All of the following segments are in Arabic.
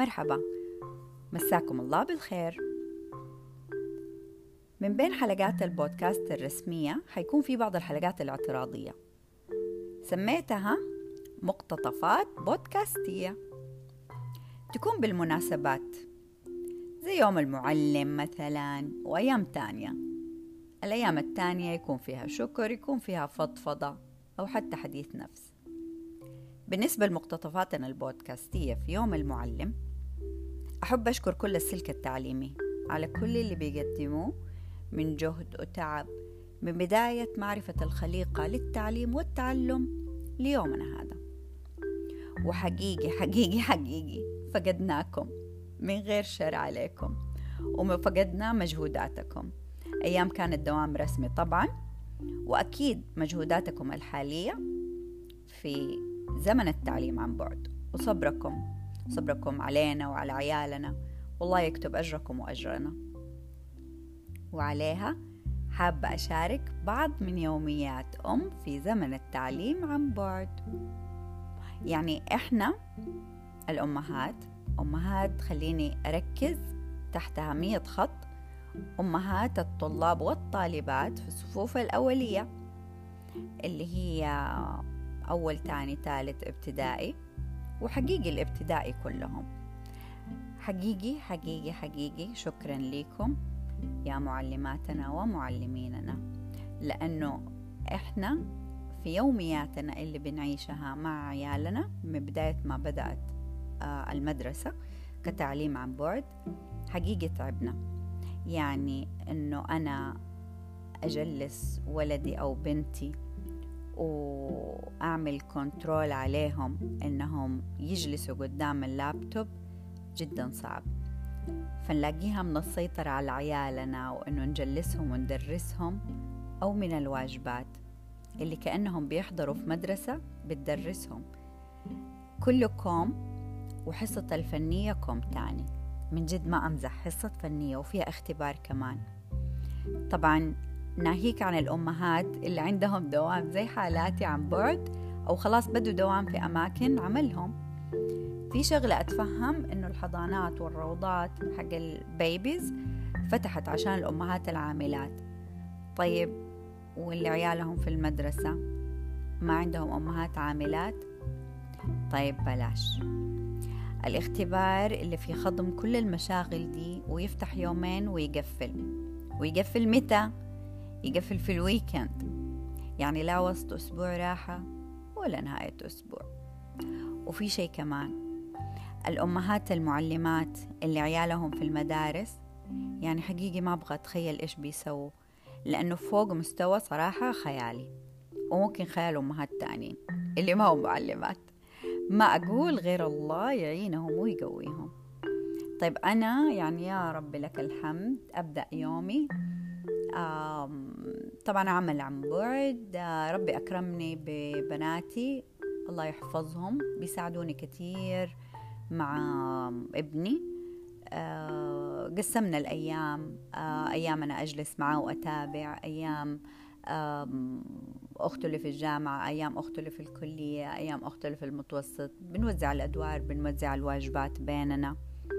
مرحبا، مساكم الله بالخير. من بين حلقات البودكاست الرسمية حيكون في بعض الحلقات الاعتراضية، سميتها مقتطفات بودكاستية، تكون بالمناسبات زي يوم المعلم مثلا وأيام تانية. الأيام التانية يكون فيها شكر، يكون فيها فضفضة أو حتى حديث نفس. بالنسبة لمقتطفاتنا البودكاستية في يوم المعلم، أحب أشكر كل السلك التعليمي على كل اللي بيقدموه من جهد وتعب، من بداية معرفة الخليقة للتعليم والتعلم ليومنا هذا. وحقيقي حقيقي حقيقي فقدناكم من غير شر عليكم، وفقدنا مجهوداتكم. أيام كان الدوام رسمي طبعا، وأكيد مجهوداتكم الحالية في زمن التعليم عن بعد، وصبركم علينا وعلى عيالنا، والله يكتب أجركم وأجرنا. وعليها حابة أشارك بعض من يوميات في زمن التعليم عن بعد. يعني إحنا الأمهات خليني أركز تحتها 100 خط، أمهات الطلاب والطالبات في الصفوف الأولية اللي هي أول تاني ثالث ابتدائي، وحقيقي الابتدائي كلهم. حقيقي حقيقي حقيقي شكرا لكم يا معلماتنا ومعلميننا، لأنه إحنا في يومياتنا اللي بنعيشها مع عيالنا من بداية ما بدأت المدرسة كتعليم عن بعد، حقيقي تعبنا. يعني أنه أنا أجلس ولدي أو بنتي وأعمل كنترول عليهم إنهم يجلسوا قدام اللابتوب جدا صعب، فنلاقيها من السيطرة على عيالنا وإنه نجلسهم وندرسهم، أو من الواجبات اللي كأنهم بيحضروا في مدرسة بتدرسهم. كلكم وحصة الفنية كوم تاني، من جد ما أمزح، حصة فنية وفيها اختبار كمان. طبعا ناهيك عن الأمهات اللي عندهم دوام زي حالاتي عن بعد، أو خلاص بدوا دوام في أماكن عملهم. في شغلة أتفهم إنه الحضانات والروضات حق البيبيز فتحت عشان الأمهات العاملات، طيب واللي عيالهم في المدرسة ما عندهم أمهات عاملات؟ طيب بلاش الاختبار اللي في خضم كل المشاغل دي، ويفتح يومين ويقفل متى؟ يقفل في الويكند، يعني لا وسط أسبوع راحة ولا نهاية أسبوع. وفي شيء كمان، الأمهات المعلمات اللي عيالهم في المدارس، يعني حقيقي ما أبغى أتخيل إيش بيسووا، لأنه فوق مستوى صراحة خيالي، وممكن خيال أمهات تانين اللي ما هم معلمات. ما أقول غير الله يعينهم ويقويهم. طيب أنا يعني يا رب لك الحمد أبدأ يومي طبعا عمل عن بعد. ربي أكرمني ببناتي الله يحفظهم، بيساعدوني كتير مع ابني. قسمنا الأيام، أيام أنا أجلس معه وأتابع، أيام أخته اللي في الجامعة، أيام أخته اللي في الكلية، أيام أخته اللي في المتوسط. بنوزع الأدوار، بنوزع الواجبات بيننا،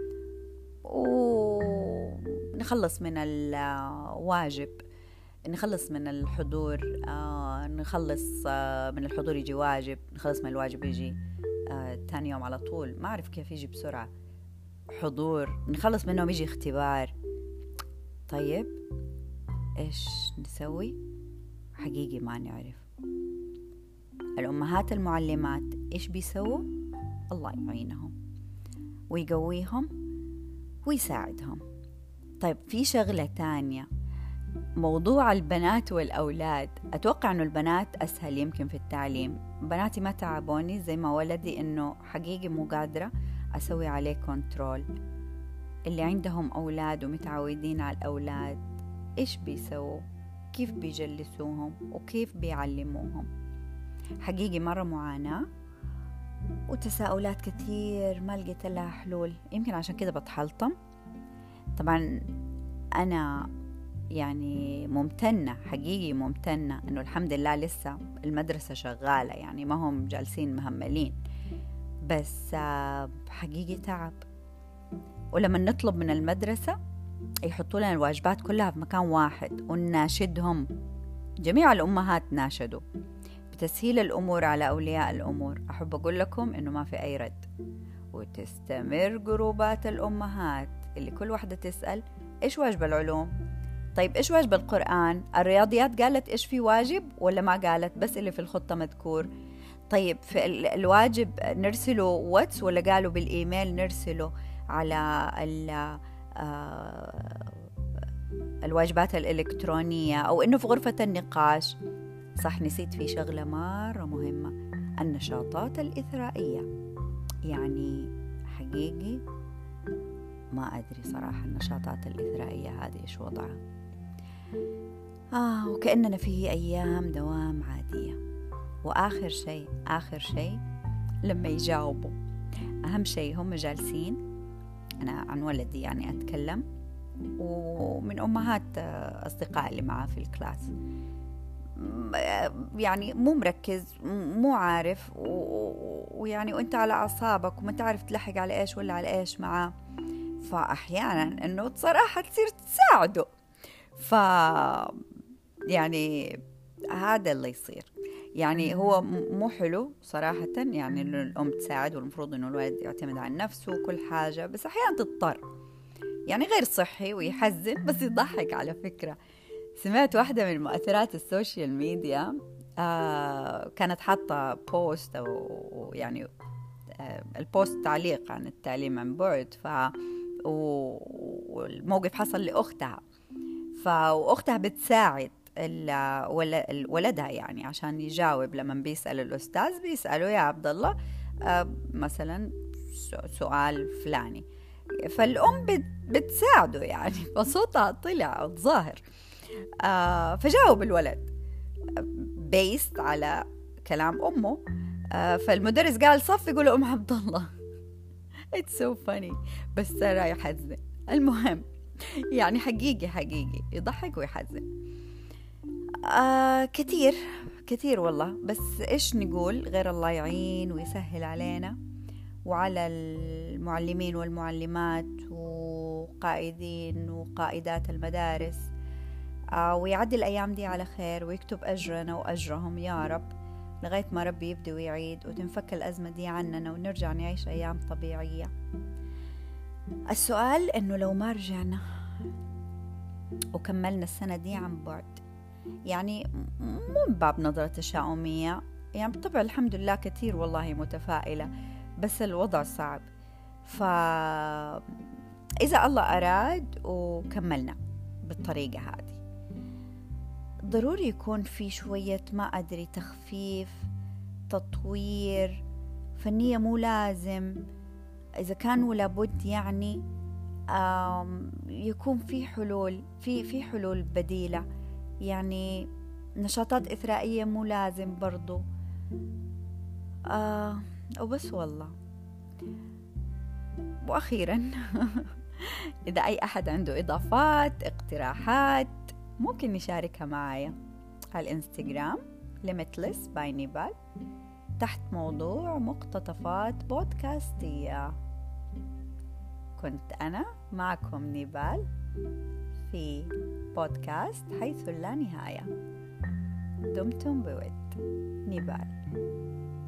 ونخلص من الواجب، نخلص من الحضور، نخلص من الحضور يجي واجب، نخلص من الواجب يجي تاني يوم على طول، ما أعرف كيف يجي بسرعة حضور، نخلص منهم يجي اختبار. طيب إيش نسوي؟ حقيقي ما نعرف. الأمهات المعلمات إيش بيسووا؟ الله يعينهم ويقويهم ويساعدهم. طيب في شغلة تانية، موضوع البنات والأولاد. أتوقع أنه البنات أسهل يمكن في التعليم، بناتي ما تعبوني زي ما ولدي، أنه حقيقي مو قادرة أسوي عليه كنترول. اللي عندهم أولاد ومتعودين على الأولاد إيش بيسووا؟ كيف بيجلسوهم وكيف بيعلموهم؟ حقيقي مرة معاناة وتساؤلات كثير ما لقيت لها حلول، يمكن عشان كده بتحلطم. طبعا أنا يعني ممتنة، حقيقي ممتنة إنه الحمد لله لسه المدرسة شغالة، يعني ما هم جالسين مهملين، بس حقيقي تعب. ولما نطلب من المدرسة يحطوا لنا الواجبات كلها في مكان واحد ونناشدهم، جميع الأمهات ناشدوا بتسهيل الأمور على أولياء الأمور. أحب أقول لكم إنه ما في أي رد، وتستمر جروبات الأمهات اللي كل واحدة تسأل إيش واجب العلوم؟ طيب إيش واجب القرآن؟ الرياضيات قالت إيش في واجب ولا ما قالت؟ بس اللي في الخطة مذكور. طيب في الواجب نرسله واتس ولا قالوا بالإيميل نرسله على الواجبات الإلكترونية أو إنه في غرفة النقاش؟ صح، نسيت في شغلة مرة مهمة، النشاطات الإثرائية. يعني حقيقي ما أدري صراحة النشاطات الإثرائية هذه إيش وضعها. وكأننا في أيام دوام عادية. وآخر شيء لما يجاوبوا، أهم شيء هم جالسين، أنا عن ولدي يعني أتكلم ومن أمهات أصدقائي اللي معاه في الكلاس، يعني مو مركز، مو عارف، ويعني وانت على أعصابك وما تعرف تلحق على إيش ولا على إيش معاه، فأحيانا إنه بصراحة تصير تساعده. يعني هذا اللي يصير، يعني هو مو حلو صراحة، يعني إنه الأم تساعد والمفروض إنه الولد يعتمد على نفسه وكل حاجة، بس أحيانا تضطر، يعني غير صحي ويحزن بس يضحك. على فكرة سمعت واحدة من مؤثرات السوشيال ميديا كانت حاطة بوست، أو يعني البوست تعليق عن التعليم عن بعد، والموقف حصل لأختها، وأختها بتساعد ولدها يعني عشان يجاوب لما بيسأل الأستاذ، بيسأله يا عبد الله مثلا سؤال فلاني، فالأم بتساعده يعني، فصوتها طلع الظاهر، فجاوب الولد بيست على كلام أمه. فالمدرس قال صف، يقول أم عبد الله. It's so funny، بس ترى يحزن. المهم يعني حقيقي يضحك ويحزن. كتير والله، بس إيش نقول غير الله يعين ويسهل علينا وعلى المعلمين والمعلمات وقائدين وقائدات المدارس، ويعدي الأيام دي على خير ويكتب أجرنا وأجرهم يا رب، لغاية ما ربي يبدأ ويعيد وتنفك الأزمة دي عننا ونرجع نعيش أيام طبيعية. السؤال إنه لو ما رجعنا وكملنا السنة دي عن بعد، يعني مو من باب نظرة تشاؤمية، يعني بالطبع الحمد لله كتير والله متفائلة، بس الوضع صعب. فإذا الله أراد وكملنا بالطريقة هذه، ضروري يكون في شوية ما أدري تخفيف، تطوير، فنية مو لازم، إذا كان ولا بد يعني يكون في حلول، في حلول بديلة، يعني نشاطات إثرائية مو لازم برضو. وبس والله. وأخيرا إذا أي أحد عنده إضافات، اقتراحات، ممكن نشاركها معايا على الإنستغرام limitless by نيبال تحت موضوع مقتطفات بودكاستية. كنت أنا معكم نيبال في بودكاست حيث لا نهاية. دمتم بود. نيبال.